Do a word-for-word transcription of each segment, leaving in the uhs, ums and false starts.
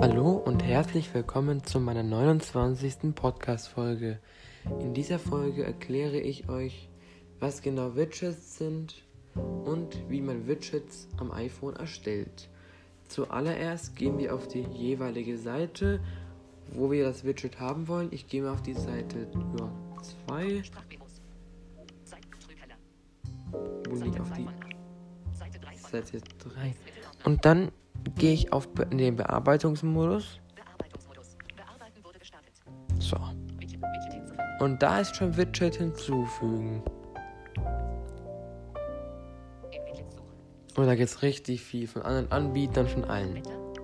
Hallo und herzlich willkommen zu meiner neunundzwanzigsten Podcast-Folge. In dieser Folge erkläre ich euch, was genau Widgets sind und wie man Widgets am iPhone erstellt. Zuallererst gehen wir auf die jeweilige Seite, wo wir das Widget haben wollen. Ich gehe mal auf die Seite zwei. Wo liegt auf die Seite drei? Und dann gehe ich auf Be- in den Bearbeitungsmodus. So. Und da ist schon Widget hinzufügen. Und da gibt es richtig viel von anderen Anbietern, von allen.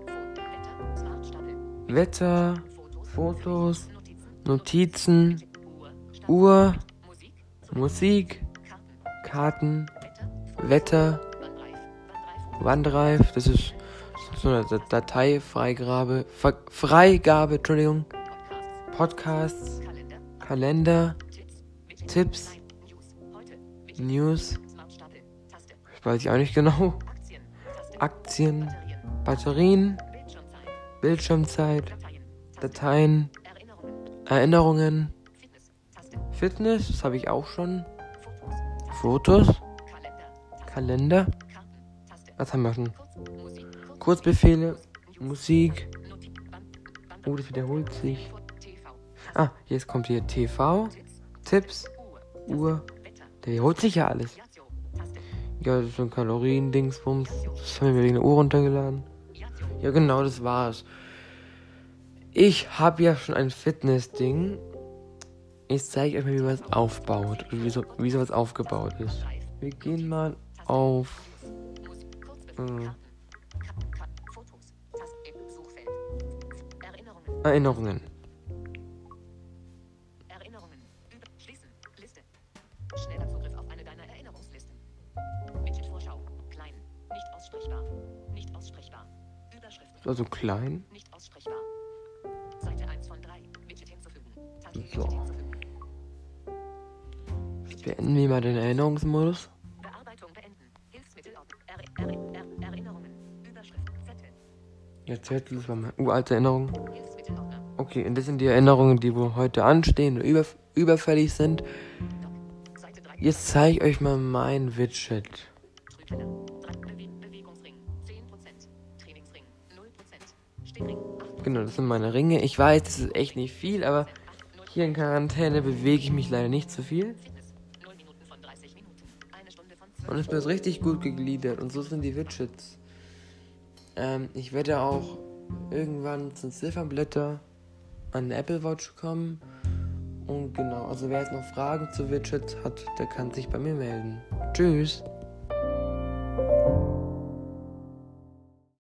Wetter, Fotos, Notizen, Uhr, Musik, Karten, Wetter, OneDrive, das ist so eine Dateifreigabe, Ver- Freigabe, Entschuldigung, Podcasts, Kalender, Tipps, News, das weiß ich auch nicht genau, Aktien, Batterien, Bildschirmzeit, Dateien, Erinnerungen, Fitness, das habe ich auch schon, Fotos, Kalender, was haben wir schon? Kurzbefehle, Musik. Oh, das wiederholt sich. Ah, jetzt kommt hier T V, Tipps, Uhr. Der wiederholt sich ja alles. Ja, das ist so ein Kalorien-Dingsbums. Das haben wir wegen der Uhr runtergeladen. Ja, genau, das war's. Ich habe ja schon ein Fitness-Ding. Ich zeige euch mal, wie man es aufbaut. Wie, so, wie sowas aufgebaut ist. Wir gehen mal auf... Äh, Erinnerungen. Erinnerungen. Über Schließen. Liste. Schneller Zugriff auf eine deiner Erinnerungslisten. Widget-Vorschau. Klein. Nicht aussprechbar. Nicht aussprechbar. Überschrift. Also klein. Nicht aussprechbar. Seite eins von drei. Widget hinzufügen. Taste So. Widget hinzufügen. Jetzt beenden wir mal den Erinnerungsmodus. Bearbeitung beenden. Hilfsmittel auf. Er, er, er, Erinnerungen. Überschrift. Zettel. Ja, Zettel, das war meine uralte Erinnerung. Hilfsmittelordner. Okay, und das sind die Erinnerungen, die wohl heute anstehen oder über, überfällig sind. Seite drei. Jetzt zeige ich euch mal mein Widget. Trübteller. drei. Bewe Bewegungsring. zehn Prozent. Trainingsring. null Prozent. Stickring. acht. Genau, das sind meine Ringe. Ich weiß, das ist echt nicht viel, aber hier in Quarantäne bewege ich mich leider nicht so viel. Fitness. null Minuten von dreißig Minuten. Eine Stunde von zwölf. Und es wird richtig gut gegliedert. Und so sind die Widgets. Ähm, ich werde auch irgendwann zum Ziffernblätter an eine Apple Watch kommen. Und genau, also wer jetzt noch Fragen zu Widgets hat, der kann sich bei mir melden. Tschüss!